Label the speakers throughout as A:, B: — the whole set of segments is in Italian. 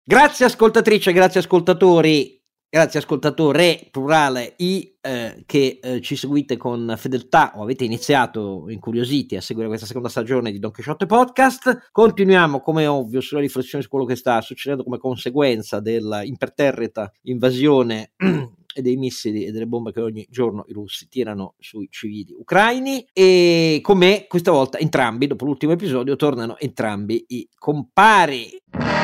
A: Grazie ascoltatrice, grazie ascoltatori, grazie ascoltatore plurale che ci seguite con fedeltà o avete iniziato incuriositi a seguire questa seconda stagione di Don Chisciotte Podcast. Continuiamo come ovvio sulla riflessione su quello che sta succedendo come conseguenza della imperterrita invasione e dei missili e delle bombe che ogni giorno i russi tirano sui civili ucraini, e con me questa volta entrambi, dopo l'ultimo episodio, tornano entrambi i compari.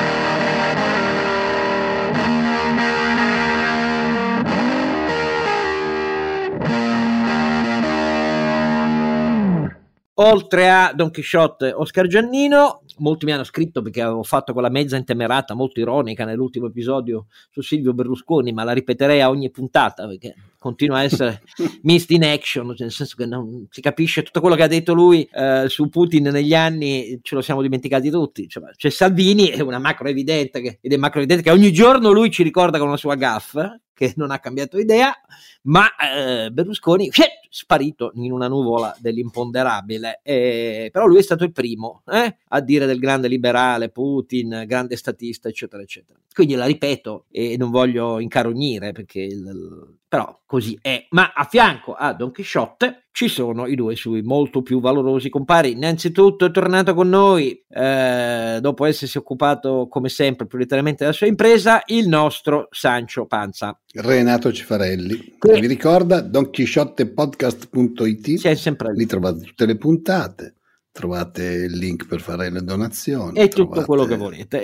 A: Oltre a Don Chisciotte, Oscar Giannino. Molti mi hanno scritto perché avevo fatto quella mezza intemerata molto ironica nell'ultimo episodio su Silvio Berlusconi, ma la ripeterei a ogni puntata perché continua a essere missed in action, nel senso che non si capisce tutto quello che ha detto lui su Putin negli anni, ce lo siamo dimenticati tutti. Cioè Salvini è una macro evidente ed è macro evidente che ogni giorno lui ci ricorda con una sua gaffe che non ha cambiato idea, ma Berlusconi sparito in una nuvola dell'imponderabile, però lui è stato il primo a dire del grande liberale Putin, grande statista, eccetera eccetera. Quindi la ripeto e non voglio incarognire perché però così è. Ma a fianco a Don Chisciotte ci sono i due suoi molto più valorosi compari. Innanzitutto è tornato con noi dopo essersi occupato come sempre prioritariamente della sua impresa, il nostro Sancio Panza,
B: Renato Cifarelli, che vi ricorda donchisciottepodcast.it, lì trovate tutte le puntate, trovate il link per fare le donazioni
A: e tutto quello che volete,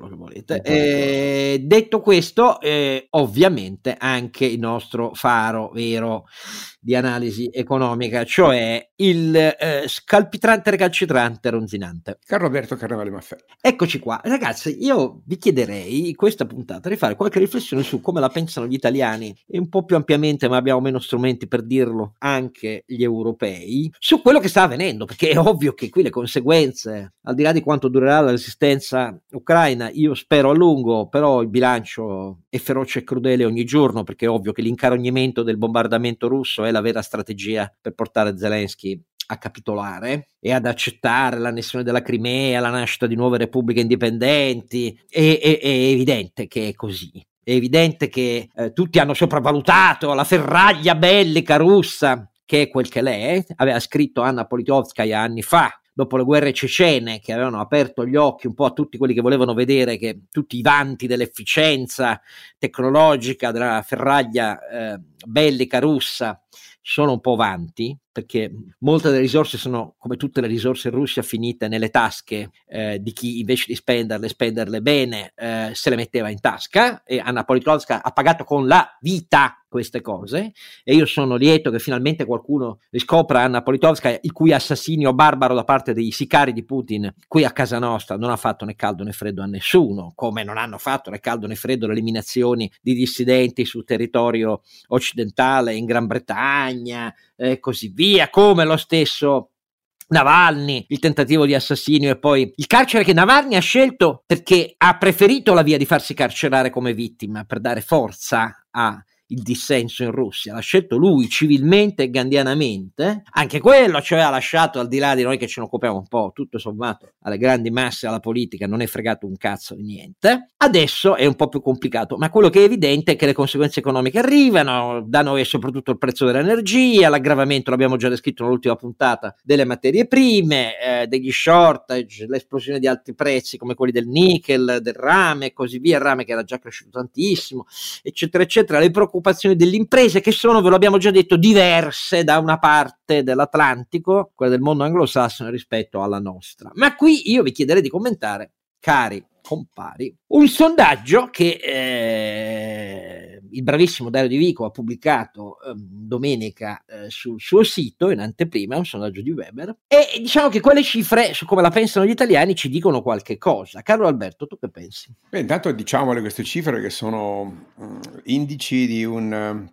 A: detto questo, ovviamente anche il nostro faro vero di analisi economica, cioè il scalpitrante, recalcitrante, ronzinante
C: Carlo Alberto Carnevale Maffè.
A: Eccoci qua, ragazzi. Io vi chiederei in questa puntata di fare qualche riflessione su come la pensano gli italiani e un po' più ampiamente, ma abbiamo meno strumenti per dirlo, anche gli europei, su quello che sta avvenendo, perché è ovvio che qui le conseguenze, al di là di quanto durerà la resistenza ucraina, io spero a lungo, però il bilancio è feroce e crudele ogni giorno, perché è ovvio che l'incarognimento del bombardamento russo è la vera strategia per portare Zelensky a capitolare e ad accettare l'annessione della Crimea, la nascita di nuove repubbliche indipendenti. È evidente che è così. È evidente che tutti hanno sopravvalutato la ferraglia bellica russa, che è quel che lei aveva scritto Anna Politkovskaya anni fa, dopo le guerre cecene, che avevano aperto gli occhi un po' a tutti quelli che volevano vedere che tutti i vanti dell'efficienza tecnologica della ferraglia bellica russa sono un po' vanti, perché molte delle risorse sono, come tutte le risorse in Russia, finite nelle tasche di chi invece di spenderle bene se le metteva in tasca, e Anna Politkovskaya ha pagato con la vita queste cose, e io sono lieto che finalmente qualcuno riscopra Anna Politkovskaya, il cui assassinio barbaro da parte dei sicari di Putin qui a casa nostra non ha fatto né caldo né freddo a nessuno, come non hanno fatto né caldo né freddo le eliminazioni di dissidenti sul territorio occidentale, in Gran Bretagna e così via, come lo stesso Navalny, il tentativo di assassinio e poi il carcere che Navalny ha scelto perché ha preferito la via di farsi carcerare come vittima per dare forza a il dissenso in Russia, l'ha scelto lui civilmente e gandhianamente, anche quello, cioè ha lasciato, al di là di noi che ce ne occupiamo un po' tutto sommato alle grandi masse, alla politica, non è fregato un cazzo di niente. Adesso è un po' più complicato, ma quello che è evidente è che le conseguenze economiche arrivano, da noi è soprattutto il prezzo dell'energia, l'aggravamento, l'abbiamo già descritto nell'ultima puntata, delle materie prime, degli shortage, l'esplosione di alti prezzi come quelli del nickel, del rame e così via, il rame che era già cresciuto tantissimo, eccetera eccetera, le preoccupazioni delle imprese che sono, ve lo abbiamo già detto, diverse da una parte dell'Atlantico, quella del mondo anglosassone, rispetto alla nostra. Ma qui io vi chiederei di commentare, cari compari, un sondaggio che il bravissimo Dario Di Vico ha pubblicato domenica sul suo sito in anteprima, un sondaggio di Weber, e diciamo che quelle cifre su come la pensano gli italiani ci dicono qualche cosa. Carlo Alberto, tu che pensi?
C: Beh, intanto diciamole queste cifre che sono indici di una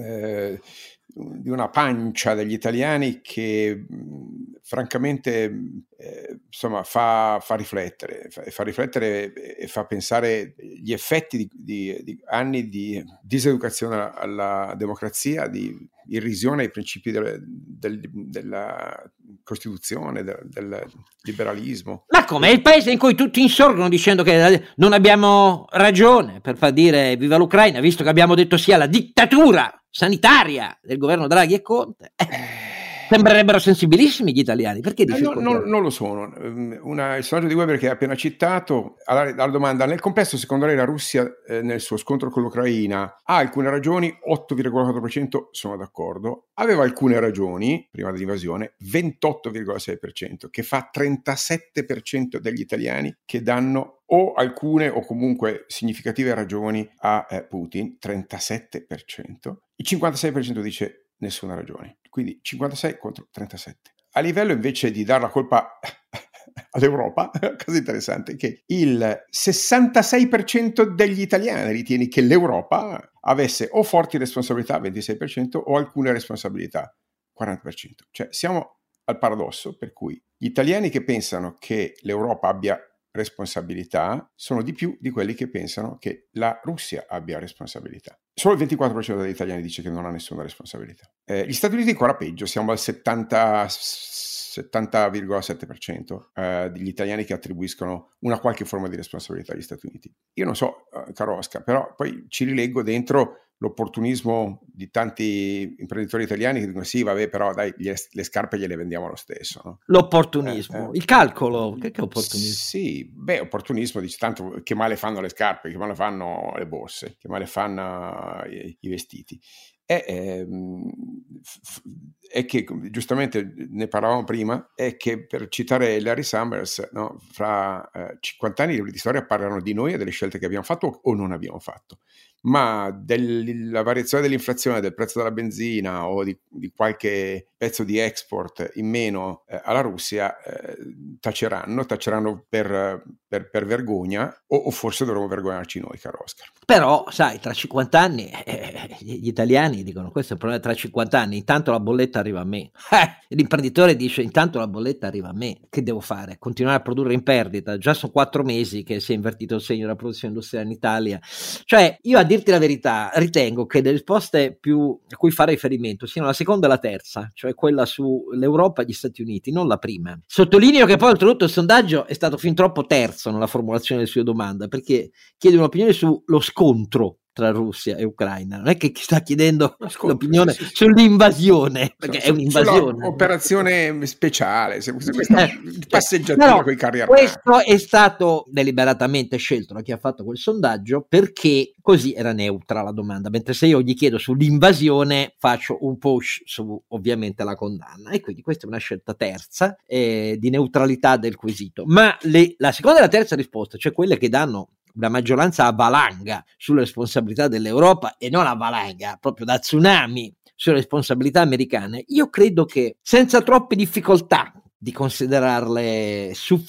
C: pancia degli italiani che francamente insomma fa riflettere e fa pensare gli effetti di anni di diseducazione alla democrazia, di irrisione ai principi della Costituzione, del liberalismo.
A: Ma come? È il paese in cui tutti insorgono dicendo che non abbiamo ragione per far dire viva l'Ucraina, visto che abbiamo detto sì alla dittatura sanitaria del governo Draghi e Conte. Sembrerebbero sensibilissimi gli italiani, perché dici
C: non lo sono. Il sondaggio di Weber che hai appena citato, alla domanda: nel complesso secondo lei la Russia nel suo scontro con l'Ucraina ha alcune ragioni? 8,4% sono d'accordo. Aveva alcune ragioni prima dell'invasione, 28,6%, che fa 37% degli italiani che danno o alcune o comunque significative ragioni a Putin, 37%. Il 56% dice nessuna ragione, quindi 56 contro 37. A livello invece di dar la colpa all'Europa, cosa interessante è che il 66% degli italiani ritiene che l'Europa avesse o forti responsabilità, 26%, o alcune responsabilità, 40%. Cioè siamo al paradosso per cui gli italiani che pensano che l'Europa abbia responsabilità sono di più di quelli che pensano che la Russia abbia responsabilità. Solo il 24% degli italiani dice che non ha nessuna responsabilità. Gli Stati Uniti ancora peggio, siamo al 70,7% degli italiani che attribuiscono una qualche forma di responsabilità agli Stati Uniti. Io non so, caro Oscar, però poi ci rileggo dentro l'opportunismo di tanti imprenditori italiani che dicono sì, vabbè, però dai, le scarpe gliele vendiamo lo stesso. No?
A: L'opportunismo, il calcolo, che è opportunismo?
C: Sì, opportunismo, dice tanto che male fanno le scarpe, che male fanno le borse, che male fanno i vestiti. È che, giustamente ne parlavamo prima, è che per citare Larry Summers, no, fra 50 anni i libri di storia parlano di noi e delle scelte che abbiamo fatto o non abbiamo fatto, ma della variazione dell'inflazione, del prezzo della benzina o di qualche pezzo di export in meno alla Russia taceranno per vergogna o forse dovremmo vergognarci noi, caro Oscar.
A: Però, sai, tra 50 anni gli italiani dicono questo è il problema, tra 50 anni intanto la bolletta arriva a me. L'imprenditore dice intanto la bolletta arriva a me, che devo fare? Continuare a produrre in perdita? Già sono 4 mesi che si è invertito il segno della produzione industriale in Italia. Cioè, io a dirti la verità ritengo che le risposte più a cui fare riferimento siano la seconda e la terza, cioè quella sull'Europa e gli Stati Uniti, non la prima. Sottolineo che poi oltretutto il sondaggio è stato fin troppo terzo nella formulazione delle sue domande, perché chiede un'opinione sullo scontro tra Russia e Ucraina, non è che sta chiedendo l'opinione sull'invasione, perché è un'invasione.
C: Operazione speciale, questa passeggiatina con i carri armati.
A: Questo è stato deliberatamente scelto da chi ha fatto quel sondaggio perché così era neutra la domanda, mentre se io gli chiedo sull'invasione faccio un push su ovviamente la condanna, e quindi questa è una scelta terza di neutralità del quesito. Ma la seconda e la terza risposta, cioè quelle che danno una maggioranza a valanga sulle responsabilità dell'Europa e non a valanga proprio da tsunami sulle responsabilità americane, io credo che senza troppe difficoltà di considerarle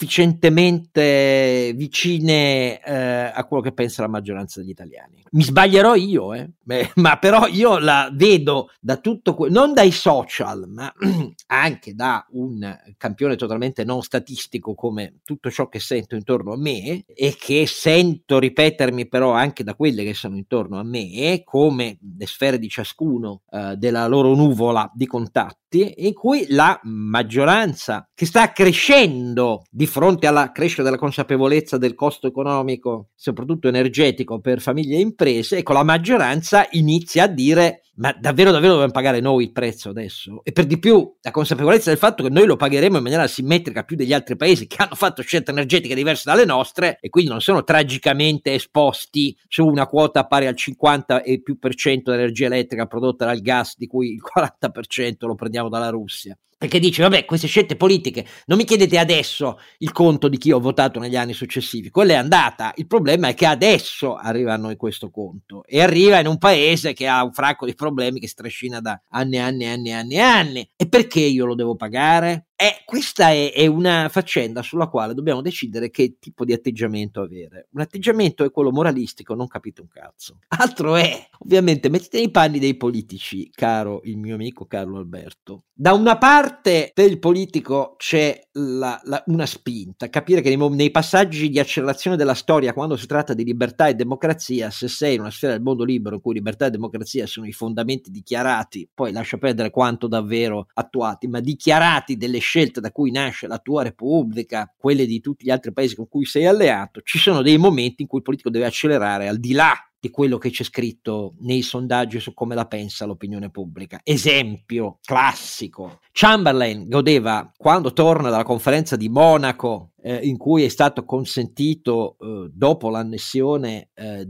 A: sufficientemente vicine a quello che pensa la maggioranza degli italiani. Mi sbaglierò io, ma però io la vedo da tutto non dai social, ma anche da un campione totalmente non statistico come tutto ciò che sento intorno a me e che sento ripetermi però anche da quelle che sono intorno a me, come le sfere di ciascuno della loro nuvola di contatti, in cui la maggioranza che sta crescendo di fronte alla crescita della consapevolezza del costo economico, soprattutto energetico per famiglie e imprese, ecco, la maggioranza inizia a dire ma davvero dobbiamo pagare noi il prezzo adesso? E per di più la consapevolezza del fatto che noi lo pagheremo in maniera simmetrica più degli altri paesi che hanno fatto scelte energetiche diverse dalle nostre e quindi non sono tragicamente esposti su una quota pari al 50 e più per cento dell'energia elettrica prodotta dal gas, di cui il 40% lo prendiamo dalla Russia. Perché dice, vabbè, queste scelte politiche, non mi chiedete adesso il conto di chi ho votato negli anni successivi, quella è andata, il problema è che adesso arriva a noi questo conto, e arriva in un paese che ha un fracco di problemi che strascina da anni e anni e anni e anni e anni, e perché io lo devo pagare? Questa è una faccenda sulla quale dobbiamo decidere che tipo di atteggiamento avere. Un atteggiamento è quello moralistico, non capite un cazzo. Altro è, ovviamente, mettete nei panni dei politici, caro il mio amico Carlo Alberto. Da una parte per il politico c'è una spinta, capire che nei passaggi di accelerazione della storia, quando si tratta di libertà e democrazia, se sei in una sfera del mondo libero in cui libertà e democrazia sono i fondamenti dichiarati, poi lascia perdere quanto davvero attuati, ma dichiarati delle scelte scelte da cui nasce la tua Repubblica, quelle di tutti gli altri paesi con cui sei alleato, ci sono dei momenti in cui il politico deve accelerare al di là di quello che c'è scritto nei sondaggi su come la pensa l'opinione pubblica. Esempio classico: Chamberlain godeva, quando torna dalla conferenza di Monaco, in cui è stato consentito, dopo l'annessione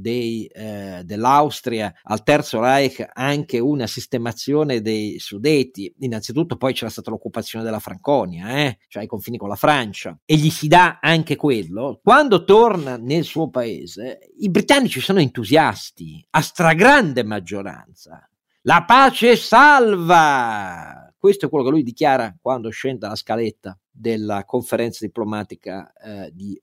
A: dell'Austria al Terzo Reich, anche una sistemazione dei Sudeti. Innanzitutto poi c'era stata l'occupazione della Franconia, cioè ai confini con la Francia, e gli si dà anche quello. Quando torna nel suo paese, i britannici sono entusiasti, a stragrande maggioranza. La pace salva! Questo è quello che lui dichiara quando scende dalla scaletta della conferenza diplomatica di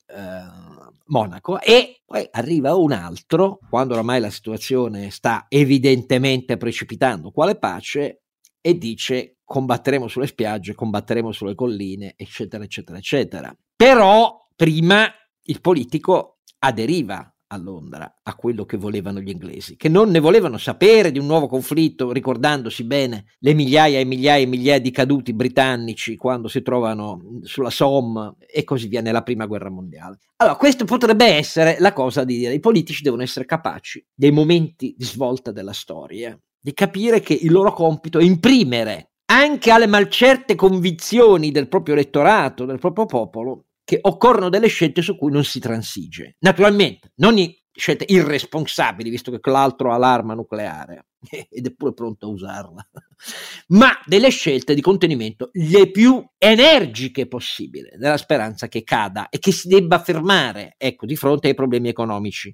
A: Monaco. E poi arriva un altro, quando oramai la situazione sta evidentemente precipitando quale pace, e dice: combatteremo sulle spiagge, combatteremo sulle colline, eccetera eccetera eccetera. Però prima il politico aderiva a Londra a quello che volevano gli inglesi, che non ne volevano sapere di un nuovo conflitto, ricordandosi bene le migliaia e migliaia e migliaia di caduti britannici quando si trovano sulla Somme e così via nella prima guerra mondiale. Allora, questo potrebbe essere la cosa di dire: i politici devono essere capaci dei momenti di svolta della storia, di capire che il loro compito è imprimere anche alle malcerte convinzioni del proprio elettorato, del proprio popolo, che occorrono delle scelte su cui non si transige. Naturalmente, non scelte irresponsabili, visto che quell'altro ha l'arma nucleare ed è pure pronto a usarla, ma delle scelte di contenimento le più energiche possibile, nella speranza che cada e che si debba fermare, ecco, di fronte ai problemi economici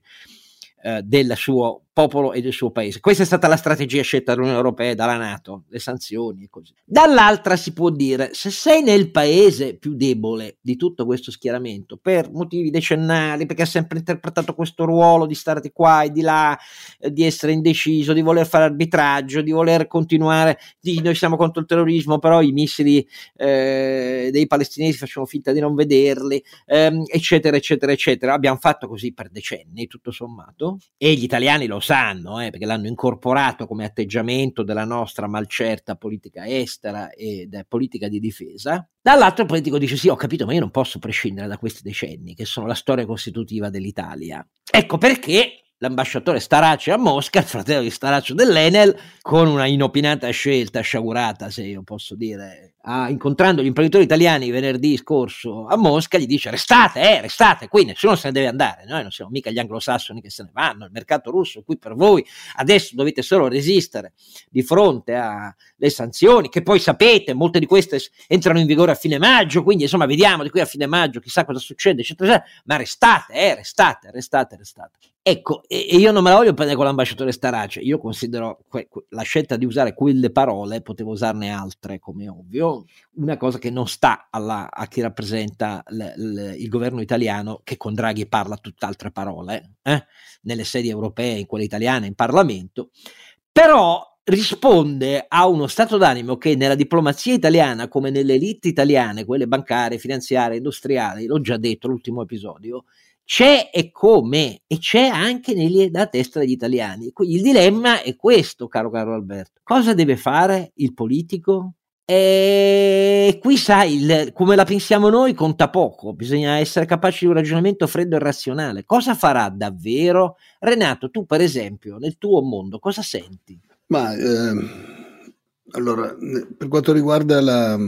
A: del suo popolo e del suo paese. Questa è stata la strategia scelta dall'Unione Europea e dalla NATO, le sanzioni e così. Dall'altra si può dire: se sei nel paese più debole di tutto questo schieramento, per motivi decennali, perché ha sempre interpretato questo ruolo di stare di qua e di là, di essere indeciso, di voler fare arbitraggio, di voler continuare, di noi siamo contro il terrorismo, però i missili dei palestinesi facciamo finta di non vederli, eccetera eccetera eccetera. Abbiamo fatto così per decenni, tutto sommato, e gli italiani lo sanno, perché l'hanno incorporato come atteggiamento della nostra malcerta politica estera e politica di difesa. Dall'altro il politico dice: sì, ho capito, ma io non posso prescindere da questi decenni che sono la storia costitutiva dell'Italia. Ecco perché l'ambasciatore Starace a Mosca, il fratello di Starace dell'Enel, con una inopinata scelta, sciagurata se io posso dire, incontrando gli imprenditori italiani venerdì scorso a Mosca, gli dice: restate, qui nessuno se ne deve andare, noi non siamo mica gli anglosassoni che se ne vanno, il mercato russo è qui per voi, adesso dovete solo resistere di fronte alle sanzioni, che poi sapete, molte di queste entrano in vigore a fine maggio, quindi insomma vediamo di qui a fine maggio, chissà cosa succede, eccetera, eccetera, ma restate. Ecco, e io non me la voglio prendere con l'ambasciatore Starace, io considero la scelta di usare quelle parole, potevo usarne altre come ovvio, una cosa che non sta a chi rappresenta il governo italiano, che con Draghi parla tutt'altre parole, nelle sedi europee, in quelle italiane, in Parlamento, però risponde a uno stato d'animo che nella diplomazia italiana, come nelle elite italiane, quelle bancarie, finanziarie, industriali, l'ho già detto l'ultimo episodio, c'è e come, e c'è anche nella testa degli italiani. Quindi il dilemma è questo, caro Alberto: cosa deve fare il politico? E qui sai, come la pensiamo noi conta poco, bisogna essere capaci di un ragionamento freddo e razionale. Cosa farà davvero? Renato, tu per esempio, nel tuo mondo, cosa senti?
B: Ma allora, per quanto riguarda la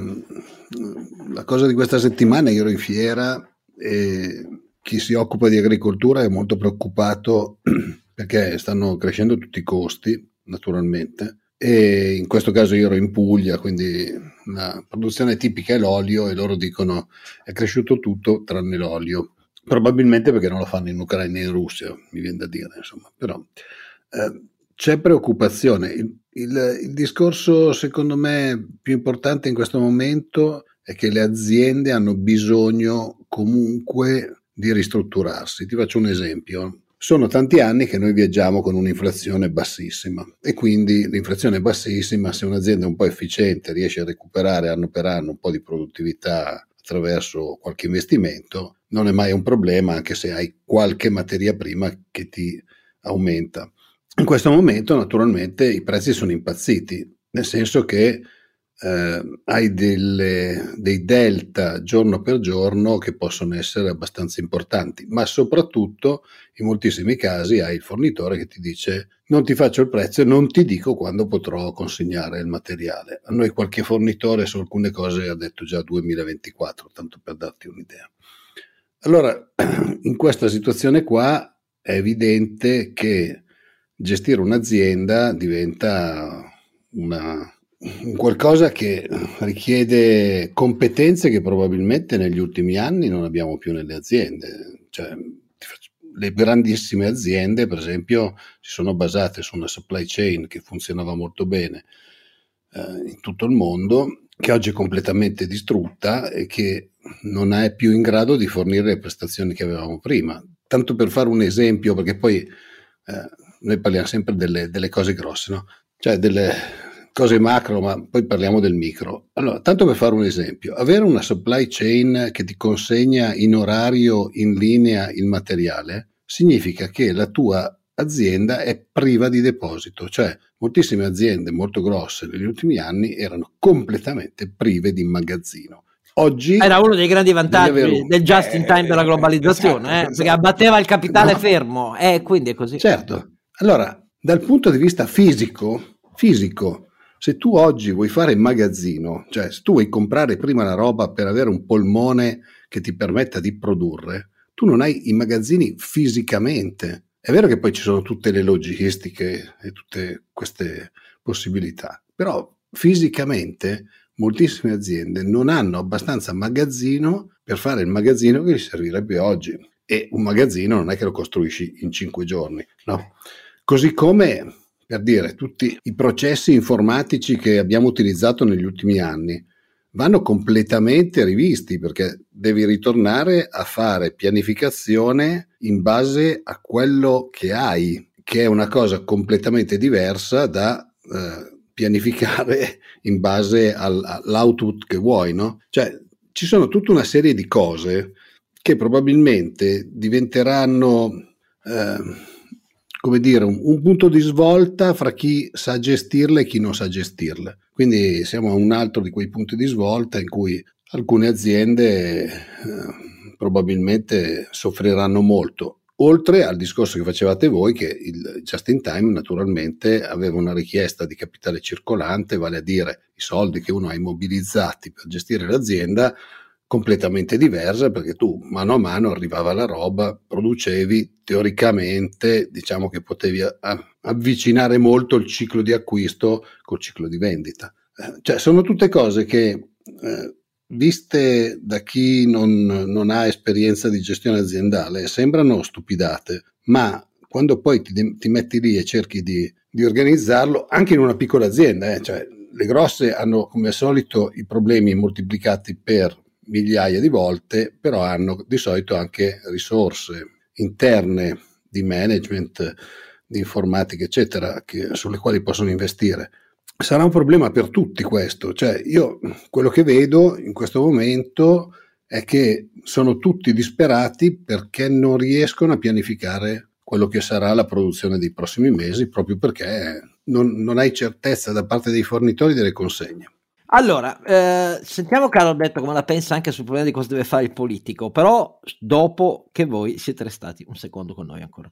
B: cosa di questa settimana, io ero in fiera e chi si occupa di agricoltura è molto preoccupato perché stanno crescendo tutti i costi, naturalmente, e in questo caso io ero in Puglia, quindi la produzione tipica è l'olio e loro dicono è cresciuto tutto tranne l'olio, probabilmente perché non lo fanno in Ucraina e in Russia, mi viene da dire, insomma, però c'è preoccupazione. Il discorso secondo me più importante in questo momento è che le aziende hanno bisogno comunque di ristrutturarsi. Ti faccio un esempio: sono tanti anni che noi viaggiamo con un'inflazione bassissima e quindi l'inflazione è bassissima, se un'azienda è un po' efficiente riesce a recuperare anno per anno un po' di produttività attraverso qualche investimento, non è mai un problema, anche se hai qualche materia prima che ti aumenta. In questo momento naturalmente i prezzi sono impazziti, nel senso che hai dei delta giorno per giorno che possono essere abbastanza importanti, ma soprattutto in moltissimi casi hai il fornitore che ti dice non ti faccio il prezzo e non ti dico quando potrò consegnare il materiale. A noi qualche fornitore su alcune cose ha detto già 2024, tanto per darti un'idea. Allora, in questa situazione qua è evidente che gestire un'azienda diventa un qualcosa che richiede competenze che probabilmente negli ultimi anni non abbiamo più nelle aziende. Cioè, le grandissime aziende, per esempio, si sono basate su una supply chain che funzionava molto bene in tutto il mondo, che oggi è completamente distrutta e che non è più in grado di fornire le prestazioni che avevamo prima. Tanto per fare un esempio, perché poi noi parliamo sempre delle cose grosse, no? Cioè delle cose macro, ma poi parliamo del micro. Allora, tanto per fare un esempio, avere una supply chain che ti consegna in orario, in linea il materiale, significa che la tua azienda è priva di deposito, cioè moltissime aziende molto grosse negli ultimi anni erano completamente prive di magazzino. Oggi
A: era uno dei grandi vantaggi del just in time della globalizzazione,
C: esatto.
A: Perché abbatteva il capitale fermo, quindi è così.
B: Certo. Allora, dal punto di vista fisico, se tu oggi vuoi fare il magazzino, cioè se tu vuoi comprare prima la roba per avere un polmone che ti permetta di produrre, tu non hai i magazzini fisicamente. È vero che poi ci sono tutte le logistiche e tutte queste possibilità, però fisicamente moltissime aziende non hanno abbastanza magazzino per fare il magazzino che gli servirebbe oggi. E un magazzino non è che lo costruisci in 5 giorni, no? Così come, per dire, tutti i processi informatici che abbiamo utilizzato negli ultimi anni vanno completamente rivisti, perché devi ritornare a fare pianificazione in base a quello che hai, che è una cosa completamente diversa da pianificare in base all'output che vuoi, no? Cioè, ci sono tutta una serie di cose che probabilmente diventeranno come dire, un punto di svolta fra chi sa gestirle e chi non sa gestirle. Quindi siamo a un altro di quei punti di svolta in cui alcune aziende probabilmente soffriranno molto. Oltre al discorso che facevate voi, che il just in time naturalmente aveva una richiesta di capitale circolante, vale a dire i soldi che uno ha immobilizzati per gestire l'azienda, completamente diversa, perché tu mano a mano arrivava la roba, producevi, teoricamente diciamo che potevi avvicinare molto il ciclo di acquisto col ciclo di vendita. Cioè sono tutte cose che viste da chi non ha esperienza di gestione aziendale sembrano stupidate, ma quando poi ti metti lì e cerchi di organizzarlo anche in una piccola azienda, cioè le grosse hanno come al solito i problemi moltiplicati per migliaia di volte, però hanno di solito anche risorse interne di management, di informatica, eccetera, sulle quali possono investire. Sarà un problema per tutti questo, cioè io quello che vedo in questo momento è che sono tutti disperati perché non riescono a pianificare quello che sarà la produzione dei prossimi mesi, proprio perché non hai certezza da parte dei fornitori delle consegne.
A: Allora, sentiamo Carlo Alberto come la pensa anche sul problema di cosa deve fare il politico, però dopo che voi siete restati un secondo con noi ancora.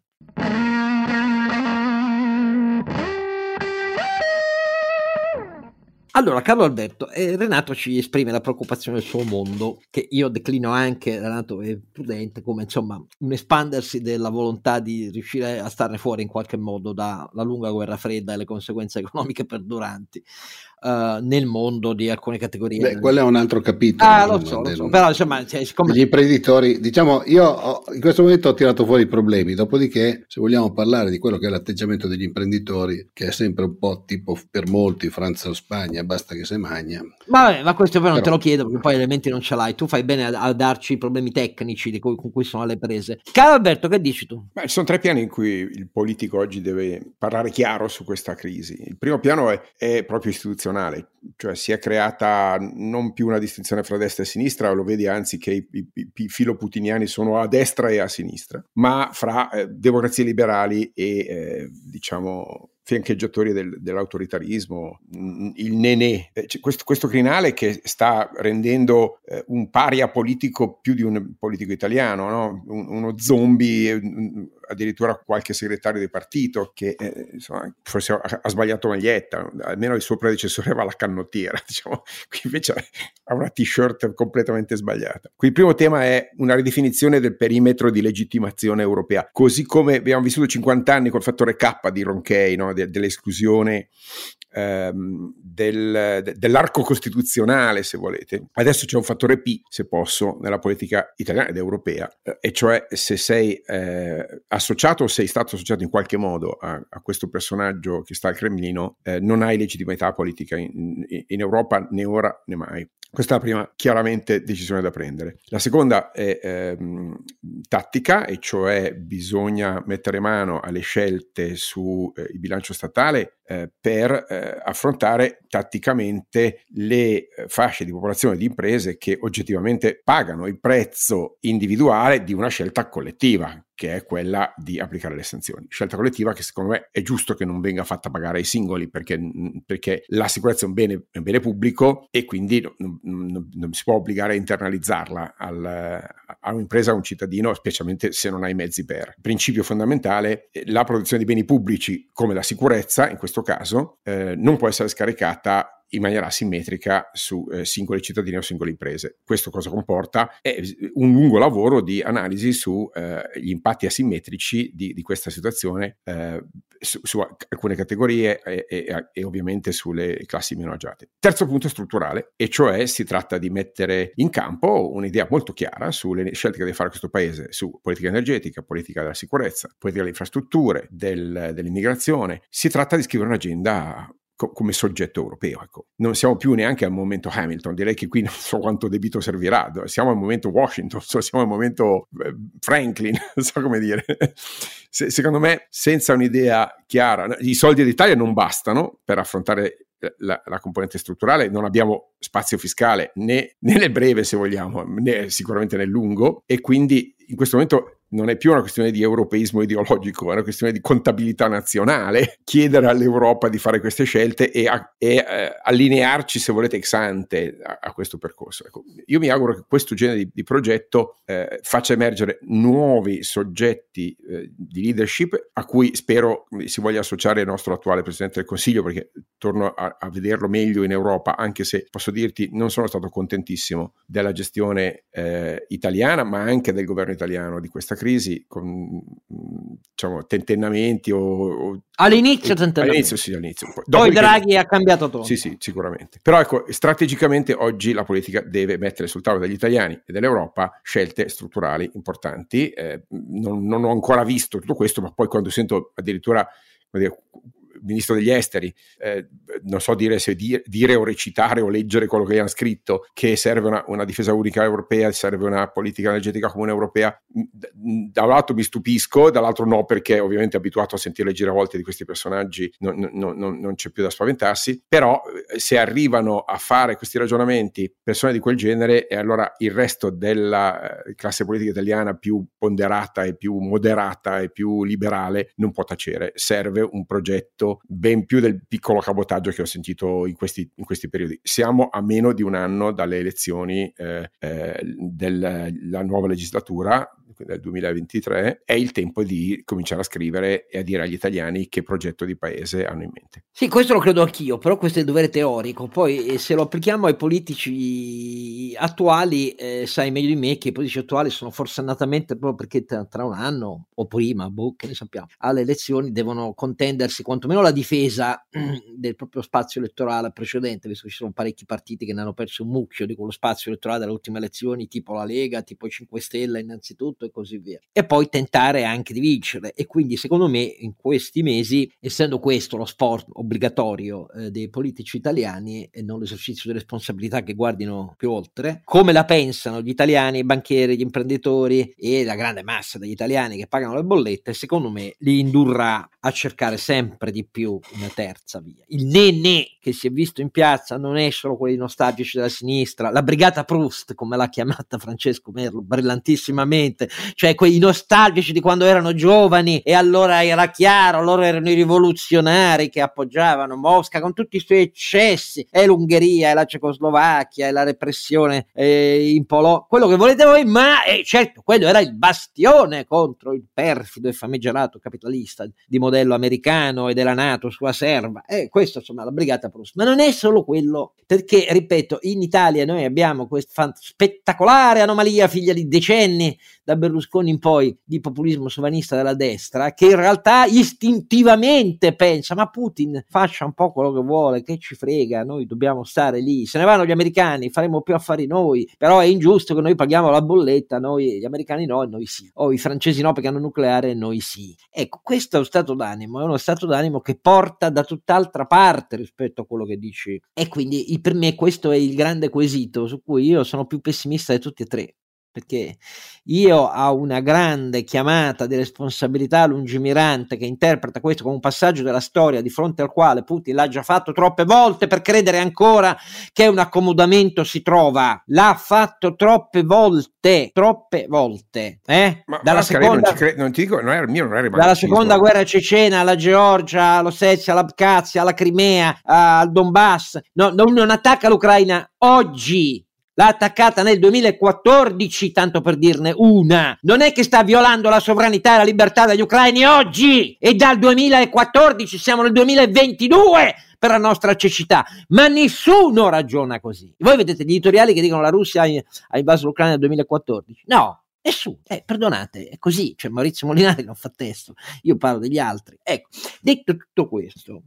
A: Allora, Carlo Alberto, Renato ci esprime la preoccupazione del suo mondo, che io declino anche, Renato è prudente, come insomma un espandersi della volontà di riuscire a starne fuori in qualche modo dalla lunga guerra fredda e le conseguenze economiche perduranti nel mondo di alcune categorie.
B: Beh, quello è un altro capitolo.
A: Lo so, però insomma, siccome
B: gli imprenditori, diciamo, io in questo momento ho tirato fuori i problemi, dopodiché se vogliamo parlare di quello che è l'atteggiamento degli imprenditori, che è sempre un po' tipo per molti Francia o Spagna, basta che se magna.
A: Ma questo poi non te lo chiedo, perché poi elementi non ce l'hai, tu fai bene a darci i problemi tecnici con cui sono le prese. Caro Alberto, che dici tu?
C: Ci sono 3 piani in cui il politico oggi deve parlare chiaro su questa crisi. Il primo piano è proprio istituzionale, cioè si è creata non più una distinzione fra destra e sinistra, lo vedi anzi che i filoputiniani sono a destra e a sinistra, ma fra democrazie liberali e diciamo fiancheggiatori dell'autoritarismo, il nenè, questo crinale che sta rendendo un paria politico più di un politico italiano, no? Uno zombie, addirittura qualche segretario di partito che insomma, forse ha sbagliato maglietta, almeno il suo predecessore aveva la canottiera, diciamo, qui invece ha una t-shirt completamente sbagliata. Qui il primo tema è una ridefinizione del perimetro di legittimazione europea, così come abbiamo vissuto 50 anni col fattore K di Ronchey, no? Dell'esclusione dell'arco costituzionale, se volete. Adesso c'è un fattore P, se posso, nella politica italiana ed europea, e cioè se sei associato o sei stato associato in qualche modo a questo personaggio che sta al Cremlino, non hai legittimità politica in Europa, né ora né mai. Questa è la prima, chiaramente, decisione da prendere. La seconda è tattica, e cioè bisogna mettere mano alle scelte sul bilancio statale per affrontare tatticamente le fasce di popolazione e di imprese che oggettivamente pagano il prezzo individuale di una scelta collettiva, che è quella di applicare le sanzioni. Scelta collettiva che secondo me è giusto che non venga fatta pagare ai singoli, perché la sicurezza è un bene pubblico e quindi non si può obbligare a internalizzarla a un'impresa, a un cittadino, specialmente se non hai i mezzi per. Principio fondamentale: la produzione di beni pubblici, come la sicurezza in questo caso, non può essere scaricata in maniera asimmetrica su singoli cittadini o singole imprese. Questo cosa comporta? È un lungo lavoro di analisi su gli impatti asimmetrici di questa situazione su alcune categorie e ovviamente sulle classi meno agiate. Terzo punto è strutturale, e cioè si tratta di mettere in campo un'idea molto chiara sulle scelte che deve fare questo paese su politica energetica, politica della sicurezza, politica delle infrastrutture, dell'immigrazione. Si tratta di scrivere un'agenda come soggetto europeo, ecco. Non siamo più neanche al momento Hamilton, direi che qui non so quanto debito servirà, siamo al momento Washington, siamo al momento Franklin, non so come dire. Secondo me, senza un'idea chiara, i soldi dell'Italia non bastano per affrontare la componente strutturale, non abbiamo spazio fiscale né nel breve, se vogliamo, né sicuramente nel lungo, e quindi in questo momento non è più una questione di europeismo ideologico, è una questione di contabilità nazionale, chiedere all'Europa di fare queste scelte e allinearci, se volete, ex ante a questo percorso. Ecco, io mi auguro che questo genere di progetto faccia emergere nuovi soggetti di leadership a cui spero si voglia associare il nostro attuale Presidente del Consiglio, perché torno a vederlo meglio in Europa, anche se posso dirti non sono stato contentissimo della gestione italiana, ma anche del governo italiano di questa crisi, con diciamo tentennamenti
A: all'inizio poi Draghi ha cambiato tono.
C: Sì, sicuramente. Però ecco, strategicamente oggi la politica deve mettere sul tavolo degli italiani e dell'Europa scelte strutturali importanti. Non ho ancora visto tutto questo, ma poi quando sento addirittura ministro degli esteri, non so dire se dire o recitare o leggere quello che hanno scritto, che serve una difesa unica europea, serve una politica energetica comune europea, da un lato mi stupisco, dall'altro no, perché ovviamente abituato a sentire le giravolte di questi personaggi non c'è più da spaventarsi. Però se arrivano a fare questi ragionamenti persone di quel genere, e allora il resto della classe politica italiana più ponderata e più moderata e più liberale non può tacere. Serve un progetto ben più del piccolo cabotaggio che ho sentito in questi periodi. Siamo a meno di un anno dalle elezioni della nuova legislatura del 2023, è il tempo di cominciare a scrivere e a dire agli italiani che progetto di paese hanno in mente.
A: Sì, questo lo credo anch'io, però questo è il dovere teorico. Poi se lo applichiamo ai politici attuali, sai meglio di me che i politici attuali sono forsennatamente, proprio perché tra un anno o prima, che ne sappiamo, alle elezioni devono contendersi quantomeno la difesa del proprio spazio elettorale precedente, visto che ci sono parecchi partiti che ne hanno perso un mucchio di quello spazio elettorale dalle ultime elezioni, tipo la Lega, tipo i 5 Stelle innanzitutto, e così via, e poi tentare anche di vincere. E quindi secondo me in questi mesi, essendo questo lo sport obbligatorio dei politici italiani e non l'esercizio di responsabilità che guardino più oltre, come la pensano gli italiani, i banchieri, gli imprenditori e la grande massa degli italiani che pagano le bollette, secondo me li indurrà a cercare sempre di più una terza via. Il nenè che si è visto in piazza non è solo quelli nostalgici della sinistra, la brigata Proust, come l'ha chiamata Francesco Merlo brillantissimamente cioè quei nostalgici di quando erano giovani, e allora era chiaro, loro erano i rivoluzionari che appoggiavano Mosca con tutti i suoi eccessi, e l'Ungheria, e la Cecoslovacchia, e la repressione in Polonia, quello che volete voi, ma certo, quello era il bastione contro il perfido e famigerato capitalista di modello americano e della NATO sua serva, e questo insomma la brigata Prus. Ma non è solo quello, perché ripeto, in Italia noi abbiamo questa spettacolare anomalia figlia di decenni da Berlusconi in poi di populismo sovranista della destra, che in realtà istintivamente pensa: ma Putin faccia un po' quello che vuole, che ci frega, noi dobbiamo stare lì, se ne vanno gli americani faremo più affari noi, però è ingiusto che noi paghiamo la bolletta, noi gli americani no e noi sì, o i francesi no perché hanno nucleare e noi sì. Ecco, questo è uno stato d'animo, è uno stato d'animo che porta da tutt'altra parte rispetto a quello che dici, e quindi per me questo è il grande quesito su cui io sono più pessimista di tutti e tre, perché io ho una grande chiamata di responsabilità lungimirante che interpreta questo come un passaggio della storia di fronte al quale Putin l'ha già fatto troppe volte per credere ancora che un accomodamento si trova. L'ha fatto troppe volte, dalla seconda,
C: non ti dico, non era
A: dalla seconda guerra cecena alla Georgia, all'Ossetia, all'Abkhazia, alla Crimea, al Donbass. No, non attacca l'Ucraina oggi. L'ha attaccata nel 2014, tanto per dirne una. Non è che sta violando la sovranità e la libertà degli ucraini oggi, e dal 2014 siamo nel 2022 per la nostra cecità, ma nessuno ragiona così. Voi vedete gli editoriali che dicono la Russia ha invaso l'Ucraina nel 2014? No, nessuno. Perdonate, è così, cioè Maurizio Molinari non fa testo, io parlo degli altri. Ecco, detto tutto questo,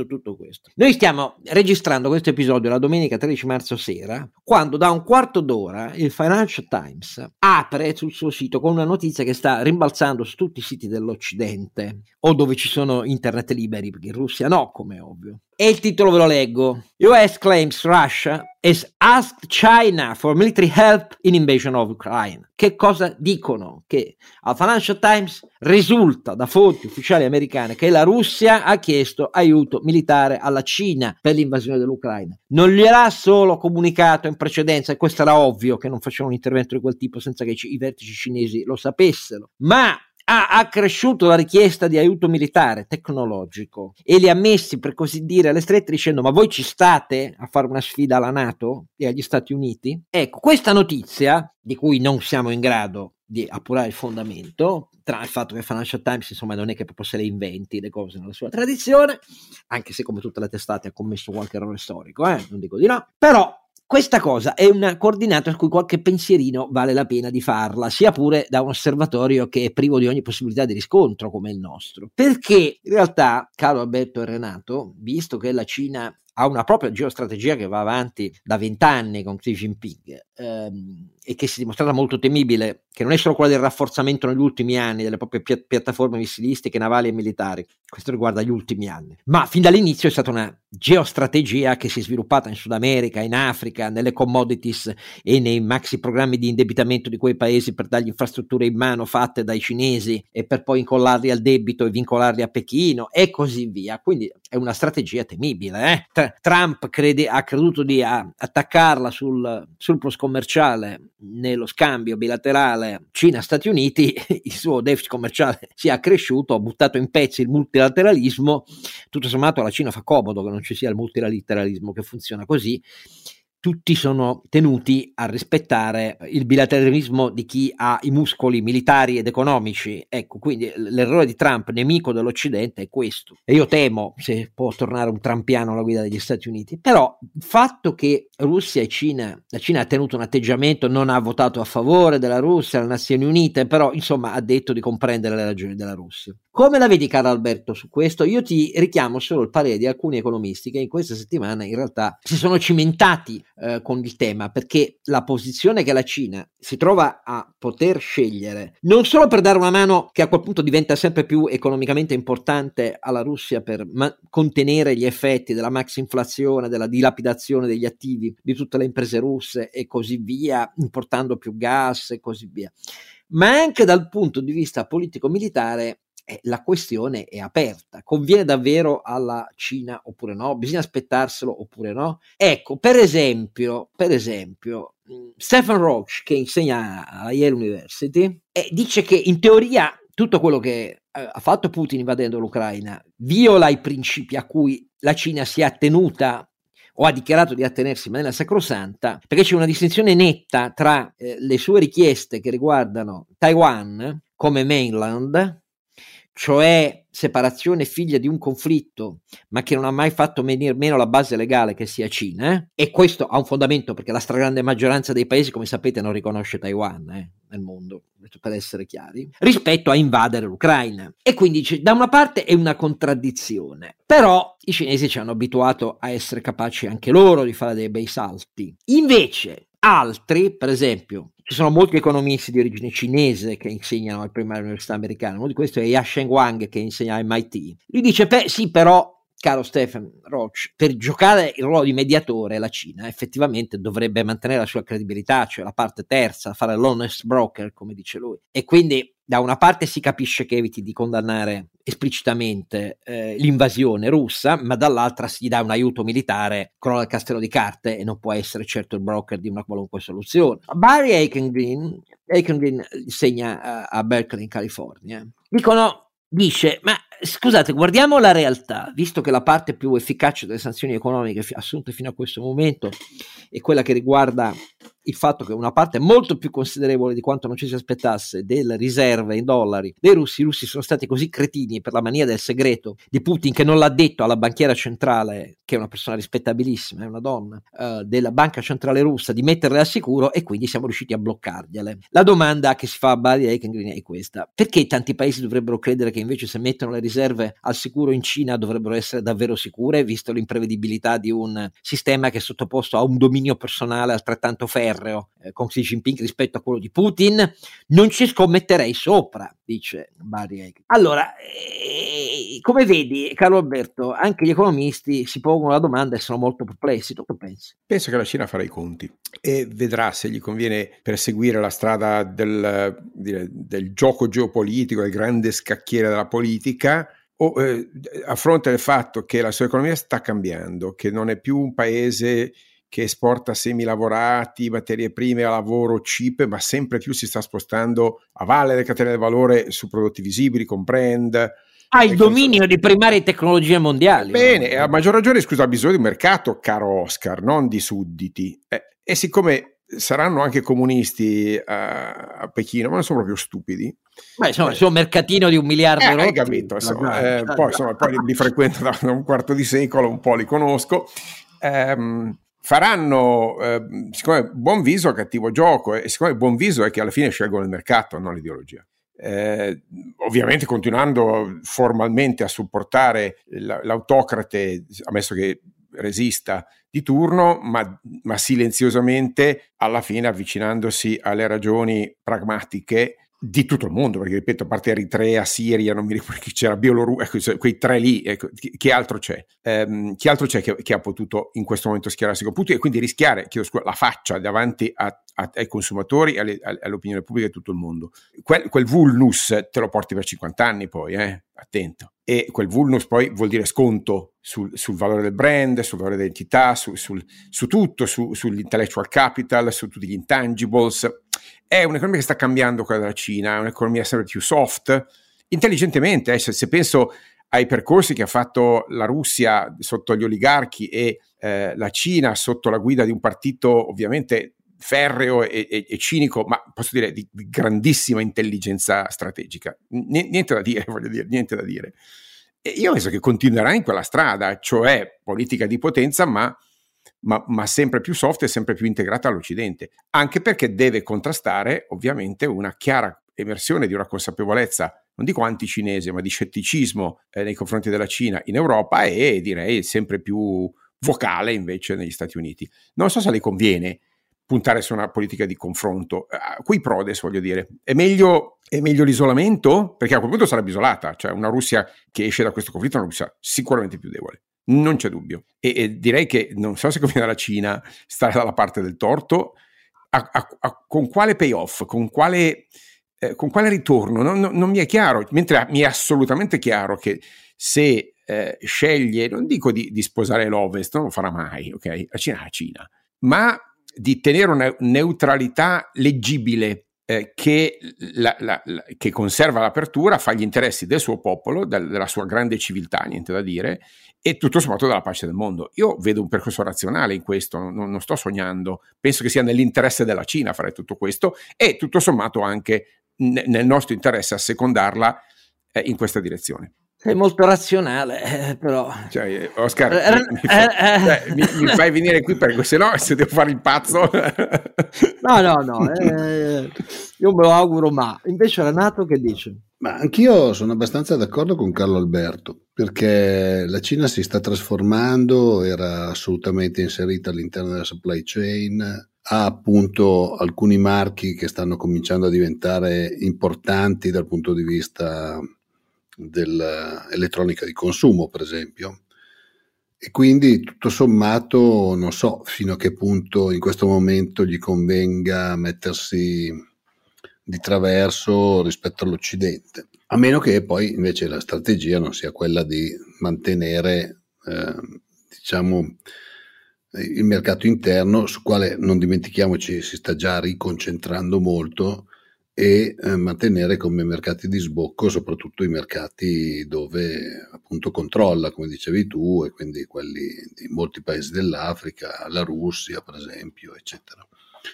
A: noi stiamo registrando questo episodio la domenica 13 marzo sera, quando da un quarto d'ora il Financial Times apre sul suo sito con una notizia che sta rimbalzando su tutti i siti dell'Occidente, o dove ci sono internet liberi, perché in Russia no, come è ovvio. E il titolo ve lo leggo: US claims Russia has asked China for military help in invasion of Ukraine. Che cosa dicono? Che al Financial Times risulta da fonti ufficiali americane che la Russia ha chiesto aiuto militare alla Cina per l'invasione dell'Ucraina. Non gliel'ha solo comunicato in precedenza, e questo era ovvio che non faceva un intervento di quel tipo senza che i vertici cinesi lo sapessero, ma ha accresciuto la richiesta di aiuto militare tecnologico e li ha messi, per così dire, alle strette, dicendo: ma voi ci state a fare una sfida alla NATO e agli Stati Uniti? Ecco, questa notizia, di cui non siamo in grado di appurare il fondamento, tra il fatto che Financial Times insomma non è che proprio se le inventi le cose nella sua tradizione, anche se come tutte le testate ha commesso qualche errore storico, non dico di no, però questa cosa è una coordinata su cui qualche pensierino vale la pena di farla, sia pure da un osservatorio che è privo di ogni possibilità di riscontro come il nostro, perché in realtà, caro Alberto e Renato, visto che la Cina ha una propria geostrategia che va avanti da 20 anni con Xi Jinping, e che si è dimostrata molto temibile, che non è solo quella del rafforzamento negli ultimi anni delle proprie piattaforme missilistiche, navali e militari, questo riguarda gli ultimi anni, ma fin dall'inizio è stata una geostrategia che si è sviluppata in Sud America, in Africa, nelle commodities e nei maxi programmi di indebitamento di quei paesi per dargli infrastrutture in mano fatte dai cinesi e per poi incollarli al debito e vincolarli a Pechino e così via. Quindi è una strategia temibile. Trump ha creduto di attaccarla sul surplus commerciale nello scambio bilaterale Cina-Stati Uniti, il suo deficit commerciale si è accresciuto, ha buttato in pezzi il multilateralismo. Tutto sommato alla Cina fa comodo che non ci sia il multilateralismo che funziona così. Tutti sono tenuti a rispettare il bilateralismo di chi ha i muscoli militari ed economici. Ecco, quindi l'errore di Trump, nemico dell'Occidente, è questo. E io temo se può tornare un trampiano alla guida degli Stati Uniti. Però il fatto che Russia e Cina, la Cina ha tenuto un atteggiamento, non ha votato a favore della Russia alle Nazioni Unite, però insomma ha detto di comprendere le ragioni della Russia. Come la vedi, caro Alberto, su questo? Io ti richiamo solo il parere di alcuni economisti che in questa settimana in realtà si sono cimentati con il tema, perché la posizione che la Cina si trova a poter scegliere, non solo per dare una mano che a quel punto diventa sempre più economicamente importante alla Russia per contenere gli effetti della maxi inflazione, della dilapidazione degli attivi di tutte le imprese russe e così via, importando più gas e così via, ma anche dal punto di vista politico-militare la questione è aperta. Conviene davvero alla Cina oppure no? Bisogna aspettarselo oppure no? Ecco, per esempio, Stephen Roach, che insegna alla Yale University, dice che in teoria tutto quello che ha fatto Putin invadendo l'Ucraina viola i principi a cui la Cina si è attenuta o ha dichiarato di attenersi in maniera sacrosanta, perché c'è una distinzione netta tra le sue richieste che riguardano Taiwan come mainland, cioè separazione figlia di un conflitto, ma che non ha mai fatto venir meno la base legale che sia Cina, e questo ha un fondamento perché la stragrande maggioranza dei paesi, come sapete, non riconosce Taiwan nel mondo, per essere chiari, rispetto a invadere l'Ucraina. E quindi da una parte è una contraddizione, però i cinesi ci hanno abituato a essere capaci anche loro di fare dei bei salti. Invece altri, per esempio, ci sono molti economisti di origine cinese che insegnano alle prime università americane. Uno di questi è Yasheng Wang, che insegna a MIT. Lui dice, sì, però, caro Stephen Roach, per giocare il ruolo di mediatore la Cina effettivamente dovrebbe mantenere la sua credibilità, cioè la parte terza, fare l'honest broker, come dice lui. E quindi da una parte si capisce che eviti di condannare esplicitamente l'invasione russa, ma dall'altra si dà un aiuto militare, crolla il castello di carte e non può essere certo il broker di una qualunque soluzione. Barry Eichengreen insegna a Berkeley in California, dice, ma scusate, guardiamo la realtà, visto che la parte più efficace delle sanzioni economiche assunte fino a questo momento è quella che riguarda il fatto che una parte molto più considerevole di quanto non ci si aspettasse delle riserve in dollari dei russi. I russi sono stati così cretini per la mania del segreto di Putin che non l'ha detto alla banchiera centrale, che è una persona rispettabilissima, è una donna, della banca centrale russa, di metterle al sicuro, e quindi siamo riusciti a bloccargliele. La domanda che si fa a Barry Eichengreen è questa: perché tanti paesi dovrebbero credere che invece se mettono le riserve al sicuro in Cina dovrebbero essere davvero sicure, visto l'imprevedibilità di un sistema che è sottoposto a un dominio personale altrettanto ferreo con Xi Jinping rispetto a quello di Putin? Non ci scommetterei sopra, dice Barry Eichengreen. Allora, come vedi, caro Alberto, anche gli economisti si pongono la domanda e sono molto perplessi. Tu che pensi?
C: Penso che la Cina farà i conti e vedrà se gli conviene perseguire la strada del gioco geopolitico, del grande scacchiere della politica, o a fronte del fatto che la sua economia sta cambiando, che non è più un paese che esporta semilavorati, materie prime a lavoro, chip, ma sempre più si sta spostando a valle delle catene del valore su prodotti visibili, con brand.
A: Ha il dominio di primarie tecnologie mondiali.
C: Bene, a maggior ragione, scusa, ha bisogno di un mercato, caro Oscar, non di sudditi. E siccome saranno anche comunisti a Pechino, ma non sono proprio stupidi.
A: Ma insomma, il suo mercatino di 1 miliardo
C: hai capito, insomma, poi li frequento da un quarto di secolo, un po' li conosco. Faranno, siccome buon viso cattivo gioco, e siccome buon viso è che alla fine scelgono il mercato, non l'ideologia. Ovviamente continuando formalmente a supportare l'autocrate, ammesso che resista, di turno, ma silenziosamente alla fine avvicinandosi alle ragioni pragmatiche di tutto il mondo, perché ripeto, a parte Eritrea, Siria, non mi ricordo chi c'era, Bielorussia, quei tre lì, ecco, chi altro c'è? Chi altro c'è che ha potuto in questo momento schierarsi con Putin e quindi rischiare la faccia davanti ai consumatori e all'opinione pubblica di tutto il mondo? Quel vulnus te lo porti per 50 anni poi, attento. E quel vulnus poi vuol dire sconto sul valore del brand, sul valore dell'identità, su tutto, sull'intellectual capital, su tutti gli intangibles. È un'economia che sta cambiando quella della Cina, è un'economia sempre più soft, intelligentemente. Se penso ai percorsi che ha fatto la Russia sotto gli oligarchi e la Cina sotto la guida di un partito ovviamente ferreo e cinico, ma posso dire di grandissima intelligenza strategica. Niente da dire, voglio dire, niente da dire. E io penso che continuerà in quella strada, cioè politica di potenza, ma sempre più soft e sempre più integrata all'Occidente, anche perché deve contrastare ovviamente una chiara emersione di una consapevolezza, non dico anticinese, ma di scetticismo nei confronti della Cina in Europa, e direi sempre più vocale invece negli Stati Uniti. Non so se le conviene puntare su una politica di confronto, qui prodes, voglio dire, è meglio l'isolamento, perché a quel punto sarebbe isolata, cioè una Russia che esce da questo conflitto è una Russia sicuramente più debole, non c'è dubbio, e direi che non so se conviene alla Cina stare dalla parte del torto, con quale payoff, con quale con quale ritorno? Non mi è chiaro, mentre mi è assolutamente chiaro che se sceglie, non dico di sposare l'Ovest, non lo farà mai, ok? La Cina è la Cina, ma di tenere una neutralità leggibile che conserva l'apertura, fa gli interessi del suo popolo, della sua grande civiltà, niente da dire, e tutto sommato della pace del mondo. Io vedo un percorso razionale in questo, non sto sognando, penso che sia nell'interesse della Cina fare tutto questo e tutto sommato anche nel nostro interesse assecondarla in questa direzione.
A: Sei molto razionale, però.
C: Cioè, Oscar, mi fai venire qui perché se no se devo fare il pazzo.
A: No, io me lo auguro, ma invece Renato che dice?
B: Ma anch'io sono abbastanza d'accordo con Carlo Alberto, perché la Cina si sta trasformando, era assolutamente inserita all'interno della supply chain, ha appunto alcuni marchi che stanno cominciando a diventare importanti dal punto di vista dell'elettronica di consumo, per esempio, e quindi tutto sommato non so fino a che punto in questo momento gli convenga mettersi di traverso rispetto all'Occidente, a meno che poi invece la strategia non sia quella di mantenere diciamo il mercato interno, su quale non dimentichiamoci si sta già riconcentrando molto, e mantenere come mercati di sbocco soprattutto i mercati dove appunto controlla, come dicevi tu, e quindi quelli di molti paesi dell'Africa, la Russia per esempio, eccetera.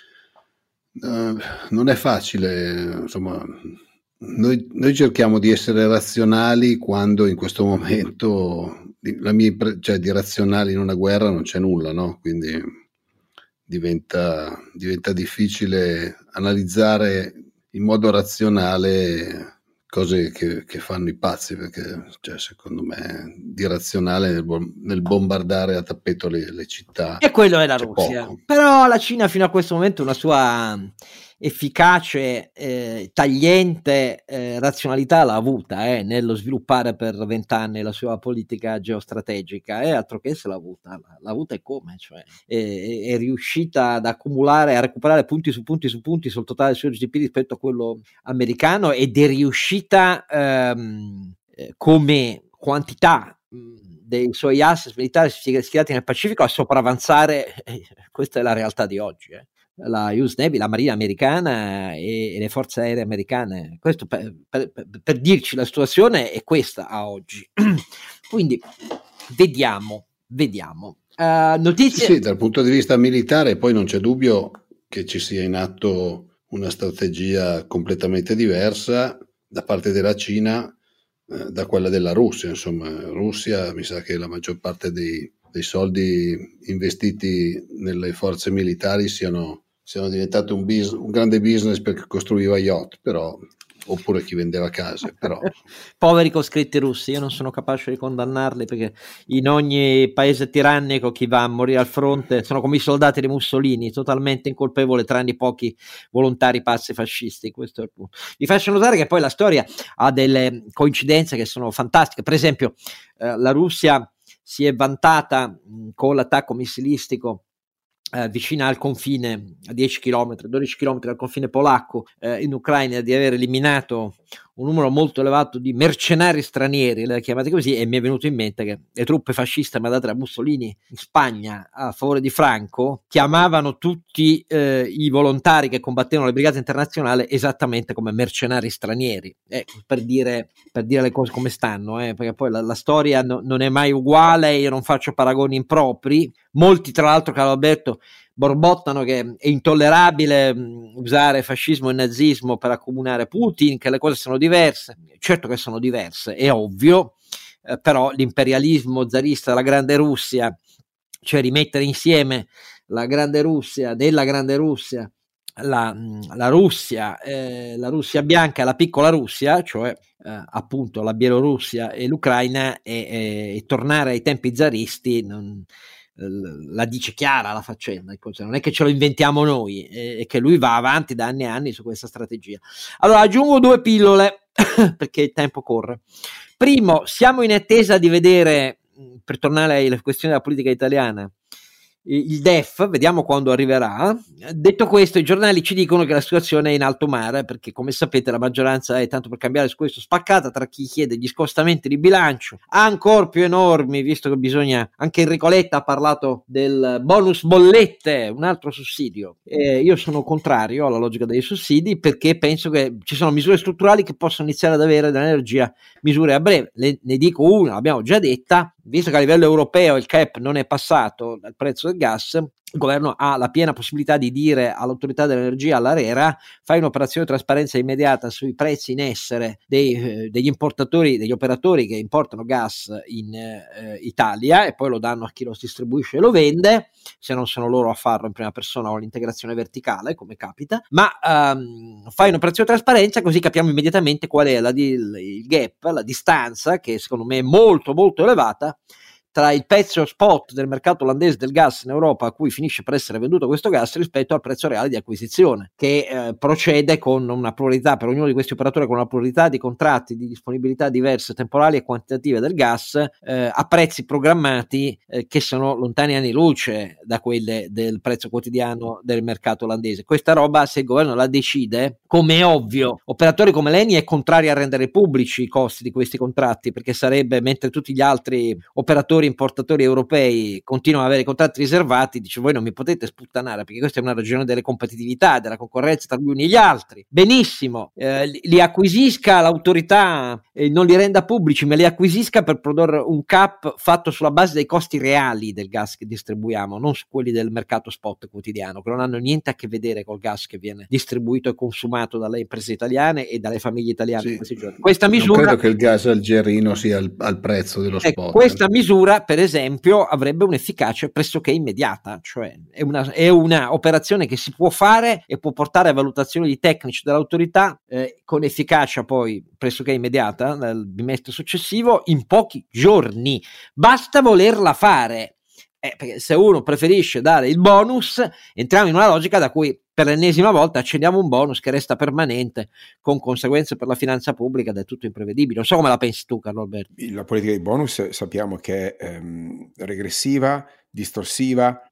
B: Non è facile, insomma, noi cerchiamo di essere razionali quando in questo momento di razionali in una guerra non c'è nulla, no? Quindi diventa difficile analizzare in modo razionale cose che fanno i pazzi, perché cioè, secondo me di razionale nel bombardare a tappeto le città,
A: e quello è la Russia, poco. Però la Cina fino a questo momento una sua efficace tagliente razionalità l'ha avuta nello sviluppare per 20 anni la sua politica geostrategica, altro che se l'ha avuta e come, cioè è riuscita ad accumulare, a recuperare punti su punti sul totale del suo GDP rispetto a quello americano, ed è riuscita come quantità dei suoi asset militari schierati nel Pacifico a sopravanzare, questa è la realtà di oggi, la US Navy, la Marina americana e le forze aeree americane. Questo per dirci la situazione è questa a oggi. Quindi vediamo. Notizie?
B: Sì, dal punto di vista militare poi non c'è dubbio che ci sia in atto una strategia completamente diversa da parte della Cina da quella della Russia. Insomma, Russia mi sa che la maggior parte dei soldi investiti nelle forze militari siano diventati un grande business perché costruiva yacht, però, oppure chi vendeva case, però.
A: Poveri coscritti russi, io non sono capace di condannarli, perché in ogni paese tirannico chi va a morire al fronte sono come i soldati di Mussolini, totalmente incolpevole tranne i pochi volontari pazzi fascisti. Questo è il punto. Vi faccio notare che poi la storia ha delle coincidenze che sono fantastiche. Per esempio la Russia si è vantata con l'attacco missilistico vicina al confine, a 10 km, 12 km dal confine polacco in Ucraina, di aver eliminato un numero molto elevato di mercenari stranieri, le chiamate così, e mi è venuto in mente che le truppe fasciste mandate da Mussolini in Spagna a favore di Franco chiamavano tutti i volontari che combattevano le brigate internazionali esattamente come mercenari stranieri, per dire le cose come stanno, perché poi la storia non è mai uguale, io non faccio paragoni impropri. Molti, tra l'altro, Carlo Alberto, borbottano che è intollerabile usare fascismo e nazismo per accomunare Putin, che le cose sono diverse. Certo che sono diverse, è ovvio, però l'imperialismo zarista della Grande Russia, cioè rimettere insieme la Grande Russia, della Grande Russia, la Russia bianca e la piccola Russia, cioè appunto la Bielorussia e l'Ucraina, e tornare ai tempi zaristi, la dice chiara la faccenda, non è che ce lo inventiamo noi, è che lui va avanti da anni e anni su questa strategia. Allora aggiungo 2 pillole perché il tempo corre. Primo, siamo in attesa di vedere, per tornare alle questioni della politica italiana, il DEF, vediamo quando arriverà. Detto questo, i giornali ci dicono che la situazione è in alto mare, perché come sapete la maggioranza è, tanto per cambiare su questo, spaccata tra chi chiede gli scostamenti di bilancio ancora più enormi, visto che bisogna, anche Enrico Letta ha parlato del bonus bollette, un altro sussidio. Io sono contrario alla logica dei sussidi, perché penso che ci sono misure strutturali che possono iniziare ad avere dall'energia misure a breve. Ne dico una, l'abbiamo già detta, visto che a livello europeo il cap non è passato dal prezzo del gas, il governo ha la piena possibilità di dire all'autorità dell'energia, all'ARERA, fai un'operazione di trasparenza immediata sui prezzi in essere degli importatori, degli operatori che importano gas in Italia, e poi lo danno a chi lo distribuisce e lo vende, se non sono loro a farlo in prima persona o all'integrazione verticale, come capita, ma fai un'operazione di trasparenza, così capiamo immediatamente qual è il gap, la distanza, che secondo me è molto molto elevata, tra il prezzo spot del mercato olandese del gas in Europa, a cui finisce per essere venduto questo gas, rispetto al prezzo reale di acquisizione, che procede con una pluralità, per ognuno di questi operatori, con una pluralità di contratti di disponibilità diverse, temporali e quantitative del gas, a prezzi programmati che sono lontani anni luce da quelle del prezzo quotidiano del mercato olandese. Questa roba, se il governo la decide, come è ovvio, operatori come l'Eni è contrario a rendere pubblici i costi di questi contratti, perché sarebbe, mentre tutti gli altri operatori importatori europei continuano ad avere contratti riservati, dice voi non mi potete sputtanare, perché questa è una ragione delle competitività, della concorrenza tra gli uni e gli altri. Benissimo, li acquisisca l'autorità, non li renda pubblici, ma li acquisisca per produrre un cap fatto sulla base dei costi reali del gas che distribuiamo, non su quelli del mercato spot quotidiano, che non hanno niente a che vedere col gas che viene distribuito e consumato dalle imprese italiane e dalle famiglie italiane.
B: Sì.
A: In questi giorni. Questa misura,
B: non credo che il gas algerino sia al prezzo dello spot.
A: Questa misura, per esempio, avrebbe un'efficacia pressoché immediata, cioè è una operazione che si può fare e può portare a valutazioni di tecnici dell'autorità con efficacia poi pressoché immediata nel bimestre successivo, in pochi giorni. Basta volerla fare. Perché se uno preferisce dare il bonus, entriamo in una logica da cui per l'ennesima volta accendiamo un bonus che resta permanente, con conseguenze per la finanza pubblica del tutto imprevedibili. Non so come la pensi tu, Carlo Alberto.
C: La politica dei bonus sappiamo che è regressiva, distorsiva,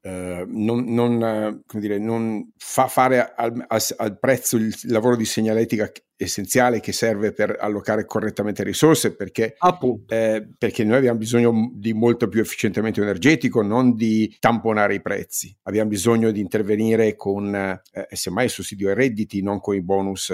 C: non fa fare al prezzo il lavoro di segnaletica essenziale che serve per allocare correttamente risorse, perché noi abbiamo bisogno di molto più efficientamento energetico, non di tamponare i prezzi. Abbiamo bisogno di intervenire con semmai il sussidio ai redditi, non con i bonus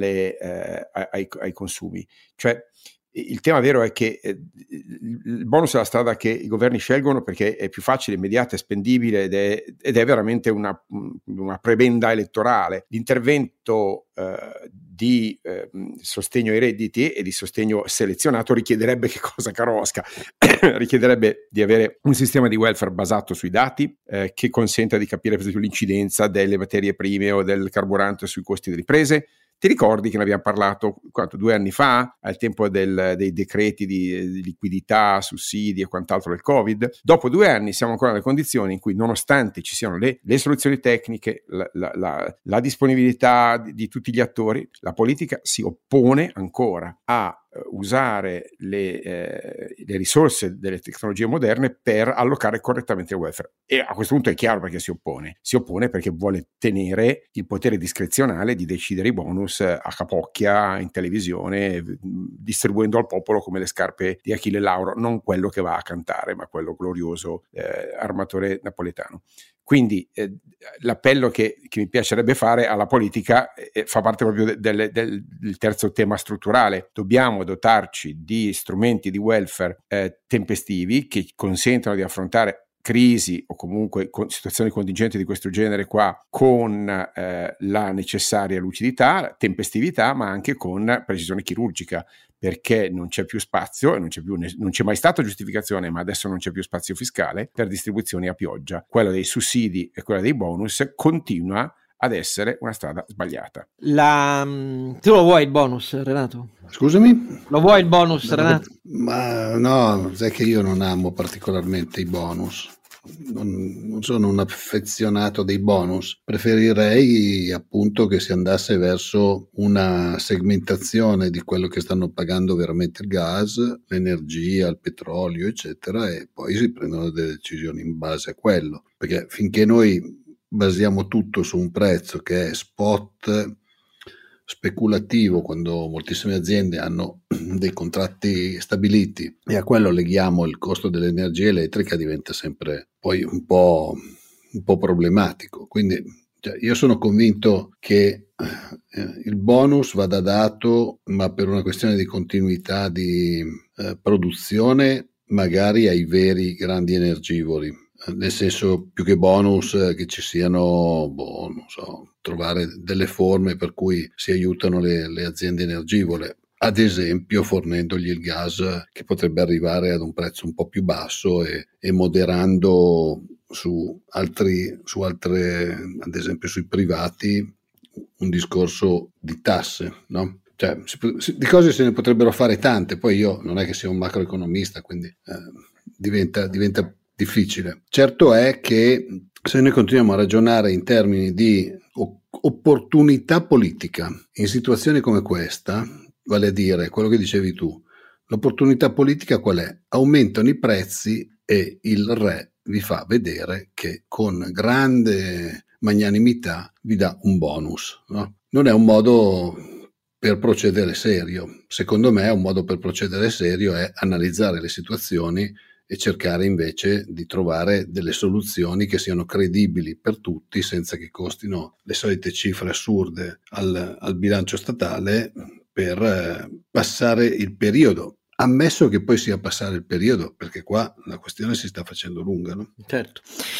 C: ai consumi. Cioè, il tema vero è che il bonus è la strada che i governi scelgono perché è più facile, immediata e spendibile ed è veramente una prebenda elettorale. L'intervento di sostegno ai redditi e di sostegno selezionato richiederebbe che cosa, caro Oscar? Richiederebbe di avere un sistema di welfare basato sui dati che consenta di capire per esempio l'incidenza delle materie prime o del carburante sui costi delle riprese. Ti ricordi che ne abbiamo parlato 2 anni fa, al tempo dei decreti di liquidità, sussidi e quant'altro del Covid? Dopo 2 anni siamo ancora nelle condizioni in cui, nonostante ci siano le soluzioni tecniche, la disponibilità di tutti gli attori, la politica si oppone ancora a usare le risorse delle tecnologie moderne per allocare correttamente il welfare. E a questo punto è chiaro perché si oppone perché vuole tenere il potere discrezionale di decidere i bonus a capocchia in televisione, distribuendo al popolo come le scarpe di Achille Lauro, non quello che va a cantare, ma quello glorioso armatore napoletano. Quindi l'appello che mi piacerebbe fare alla politica fa parte proprio del terzo tema strutturale. Dobbiamo dotarci di strumenti di welfare tempestivi che consentano di affrontare crisi o comunque situazioni contingenti di questo genere qua con la necessaria lucidità, tempestività, ma anche con precisione chirurgica, perché non c'è più spazio e non c'è mai stata giustificazione, ma adesso non c'è più spazio fiscale per distribuzioni a pioggia. Quella dei sussidi e quella dei bonus continua ad essere una strada sbagliata.
A: Tu lo vuoi il bonus, Renato?
B: Scusami?
A: Lo vuoi il bonus, Renato?
B: Ma no, sai che io non amo particolarmente i bonus. non sono un affezionato dei bonus, preferirei appunto che si andasse verso una segmentazione di quello che stanno pagando veramente il gas, l'energia, il petrolio, eccetera, e poi si prendono delle decisioni in base a quello, perché finché noi basiamo tutto su un prezzo che è spot, speculativo, quando moltissime aziende hanno dei contratti stabiliti e a quello leghiamo il costo dell'energia elettrica, diventa sempre poi un po' problematico. Quindi io sono convinto che il bonus vada dato, ma per una questione di continuità di produzione, magari ai veri grandi energivori, nel senso, più che bonus, che ci siano, non so, trovare delle forme per cui si aiutano le aziende energivole, ad esempio fornendogli il gas che potrebbe arrivare ad un prezzo un po' più basso e su altre, ad esempio sui privati, un discorso di tasse, no? Cioè, di cose se ne potrebbero fare tante, poi io non è che sia un macroeconomista, quindi diventa difficile. Certo è che se noi continuiamo a ragionare in termini di opportunità politica in situazioni come questa, vale a dire quello che dicevi tu, l'opportunità politica qual è? Aumentano i prezzi e il re vi fa vedere che con grande magnanimità vi dà un bonus, no? Non è un modo per procedere serio. Secondo me un modo per procedere serio è analizzare le situazioni e cercare invece di trovare delle soluzioni che siano credibili per tutti, senza che costino le solite cifre assurde al bilancio statale, per passare il periodo. Ammesso che poi sia passare il periodo, perché qua la questione si sta facendo lunga, no?
A: Certo.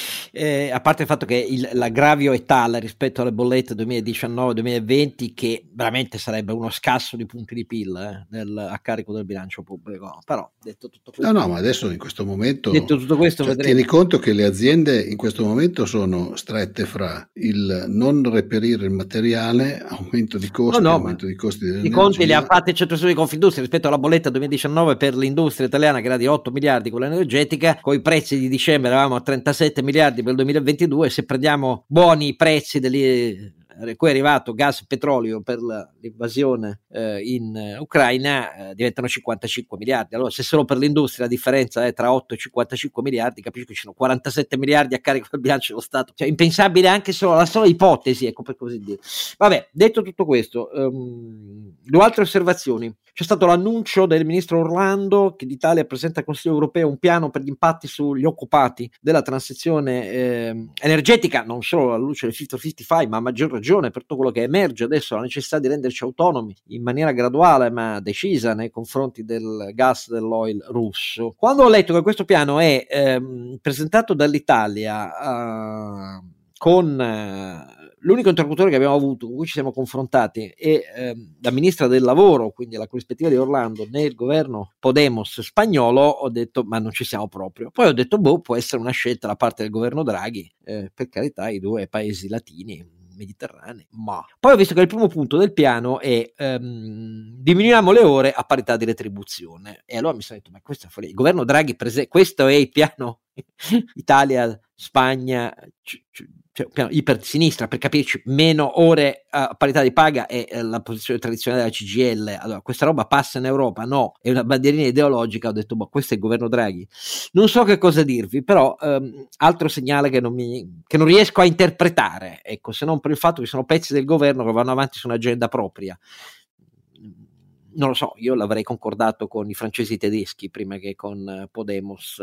A: A parte il fatto che l'aggravio è tale rispetto alle bollette 2019-2020 che veramente sarebbe uno scasso di punti di PIL a carico del bilancio pubblico. Però detto tutto questo,
B: no, ma adesso in questo momento,
A: detto tutto questo,
B: tieni conto che le aziende in questo momento sono strette fra il non reperire il materiale, aumento di costi, aumento di costi dell'energia.
A: I conti li ha fatti il centro studi di Confindustria rispetto alla bolletta 2019 per l'industria italiana, che era di 8 miliardi con l'energetica. Con i prezzi di dicembre eravamo a 37 miliardi per il 2022. Se prendiamo buoni i prezzi cui è arrivato gas e petrolio per l'invasione in Ucraina, diventano 55 miliardi. Allora, se solo per l'industria la differenza è tra 8 e 55 miliardi, capisci che ci sono 47 miliardi a carico del bilancio dello Stato. Cioè, impensabile anche solo la sola ipotesi, ecco, per così dire. Vabbè, detto tutto questo, due altre osservazioni. C'è stato l'annuncio del ministro Orlando che l'Italia presenta al Consiglio europeo un piano per gli impatti sugli occupati della transizione energetica, non solo alla luce del Fit for 55, ma a maggior ragione per tutto quello che emerge adesso, la necessità di renderci autonomi in maniera graduale ma decisa nei confronti del gas, dell'oil russo. Quando ho letto che questo piano è presentato dall'Italia con l'unico interlocutore che abbiamo avuto, con cui ci siamo confrontati, è la ministra del lavoro, quindi la corrispettiva di Orlando nel governo Podemos spagnolo, ho detto ma non ci siamo proprio. Poi ho detto può essere una scelta da parte del governo Draghi, per carità, i due paesi latini mediterranei, ma poi ho visto che il primo punto del piano è diminuiamo le ore a parità di retribuzione, e allora mi sono detto ma questo è follia. Il governo Draghi questo è il piano Italia, Spagna, cioè un piano ipersinistra, per capirci, meno ore a parità di paga è la posizione tradizionale della CGIL. Allora questa roba passa in Europa? No, è una bandierina ideologica. Ho detto questo è il governo Draghi. Non so che cosa dirvi, però altro segnale che non riesco a interpretare, ecco, se non per il fatto che sono pezzi del governo che vanno avanti su un'agenda propria. Non lo so, io l'avrei concordato con i francesi e i tedeschi prima che con Podemos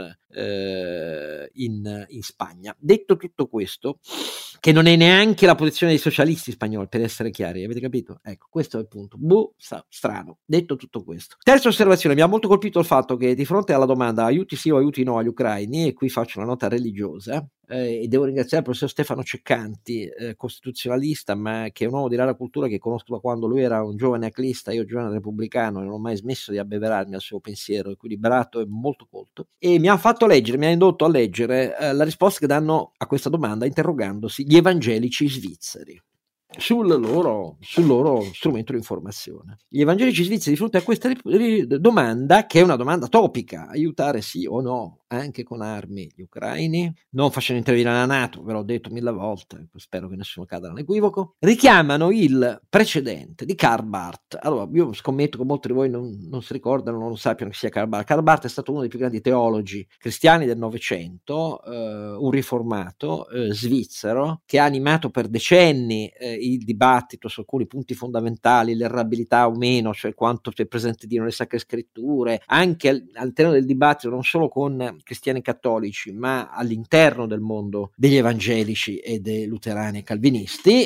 A: in Spagna. Detto tutto questo, che non è neanche la posizione dei socialisti spagnoli, per essere chiari, avete capito? Ecco, questo è il punto. Strano. Detto tutto questo. Terza osservazione, mi ha molto colpito il fatto che di fronte alla domanda aiuti sì o aiuti no agli ucraini, e qui faccio una nota religiosa, e devo ringraziare il professor Stefano Ceccanti, costituzionalista, ma che è un uomo di rara cultura che conosco da quando lui era un giovane aclista, io giovane repubblicano, e non ho mai smesso di abbeverarmi al suo pensiero equilibrato e molto colto, e mi ha indotto a leggere la risposta che danno a questa domanda interrogandosi gli evangelici svizzeri. sul loro strumento di informazione. Gli evangelici svizzeri, di fronte a questa domanda, che è una domanda topica, aiutare sì o no anche con armi gli ucraini, non facendo intervenire la NATO, ve l'ho detto 1000 volte, spero che nessuno cada nell'equivoco, richiamano il precedente di Karl Barth. Allora, io scommetto che molti di voi non si ricordano, non sappiano chi sia Karl Barth. Karl Barth è stato uno dei più grandi teologi cristiani del Novecento, un riformato svizzero, che ha animato per decenni il dibattito su alcuni punti fondamentali, l'errabilità o meno, cioè quanto è presente Dio nelle Sacre Scritture, anche all'interno del dibattito non solo con cristiani cattolici, ma all'interno del mondo degli evangelici e dei luterani e calvinisti.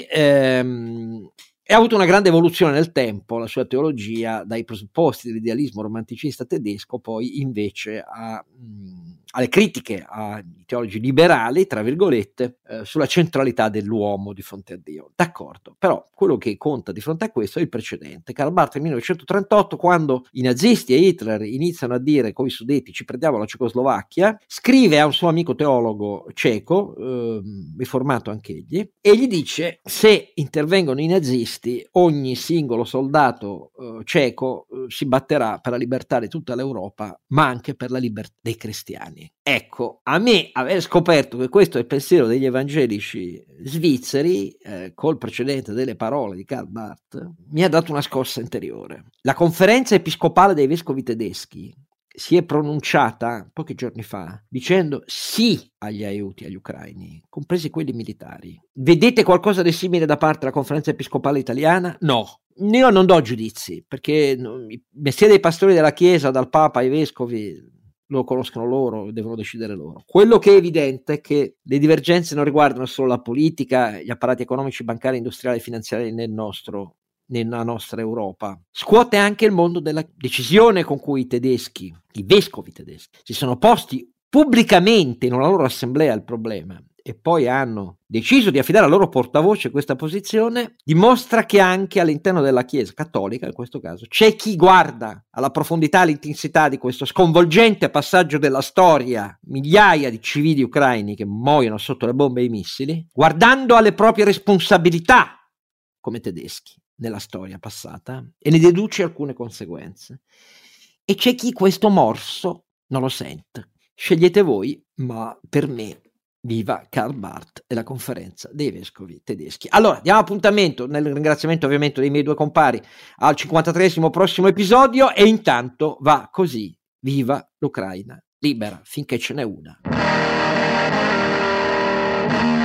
A: E ha avuto una grande evoluzione nel tempo la sua teologia, dai presupposti dell'idealismo romanticista tedesco poi invece alle critiche ai teologi liberali, tra virgolette, sulla centralità dell'uomo di fronte a Dio. D'accordo, però quello che conta di fronte a questo è il precedente. Karl Barth nel 1938, quando i nazisti e Hitler iniziano a dire coi Sudeti ci prendiamo la Cecoslovacchia, scrive a un suo amico teologo ceco, riformato anch'egli, e gli dice: se intervengono i nazisti, ogni singolo soldato ceco si batterà per la libertà di tutta l'Europa, ma anche per la libertà dei cristiani. Ecco, a me aver scoperto che questo è il pensiero degli evangelici svizzeri, col precedente delle parole di Karl Barth, mi ha dato una scossa interiore. La conferenza episcopale dei vescovi tedeschi si è pronunciata pochi giorni fa dicendo sì agli aiuti agli ucraini, compresi quelli militari. Vedete qualcosa di simile da parte della conferenza episcopale italiana? No. Io non do giudizi, perché il mestiere dei pastori della Chiesa, dal Papa ai vescovi, lo conoscono loro, devono decidere loro. Quello che è evidente è che le divergenze non riguardano solo la politica, gli apparati economici, bancari, industriali e finanziari nella nostra Europa. Scuote anche il mondo della decisione con cui i vescovi tedeschi, si sono posti pubblicamente in una loro assemblea al problema e poi hanno deciso di affidare al loro portavoce questa posizione, dimostra che anche all'interno della Chiesa cattolica, in questo caso, c'è chi guarda alla profondità e all'intensità di questo sconvolgente passaggio della storia, migliaia di civili ucraini che muoiono sotto le bombe e i missili, guardando alle proprie responsabilità come tedeschi nella storia passata e ne deduce alcune conseguenze. E c'è chi questo morso non lo sente. Scegliete voi, ma per me viva Karl Barth e la conferenza dei vescovi tedeschi. Allora, diamo appuntamento, nel ringraziamento ovviamente dei miei due compari, al 53esimo prossimo episodio, e intanto va così: viva l'Ucraina libera, finché ce n'è una.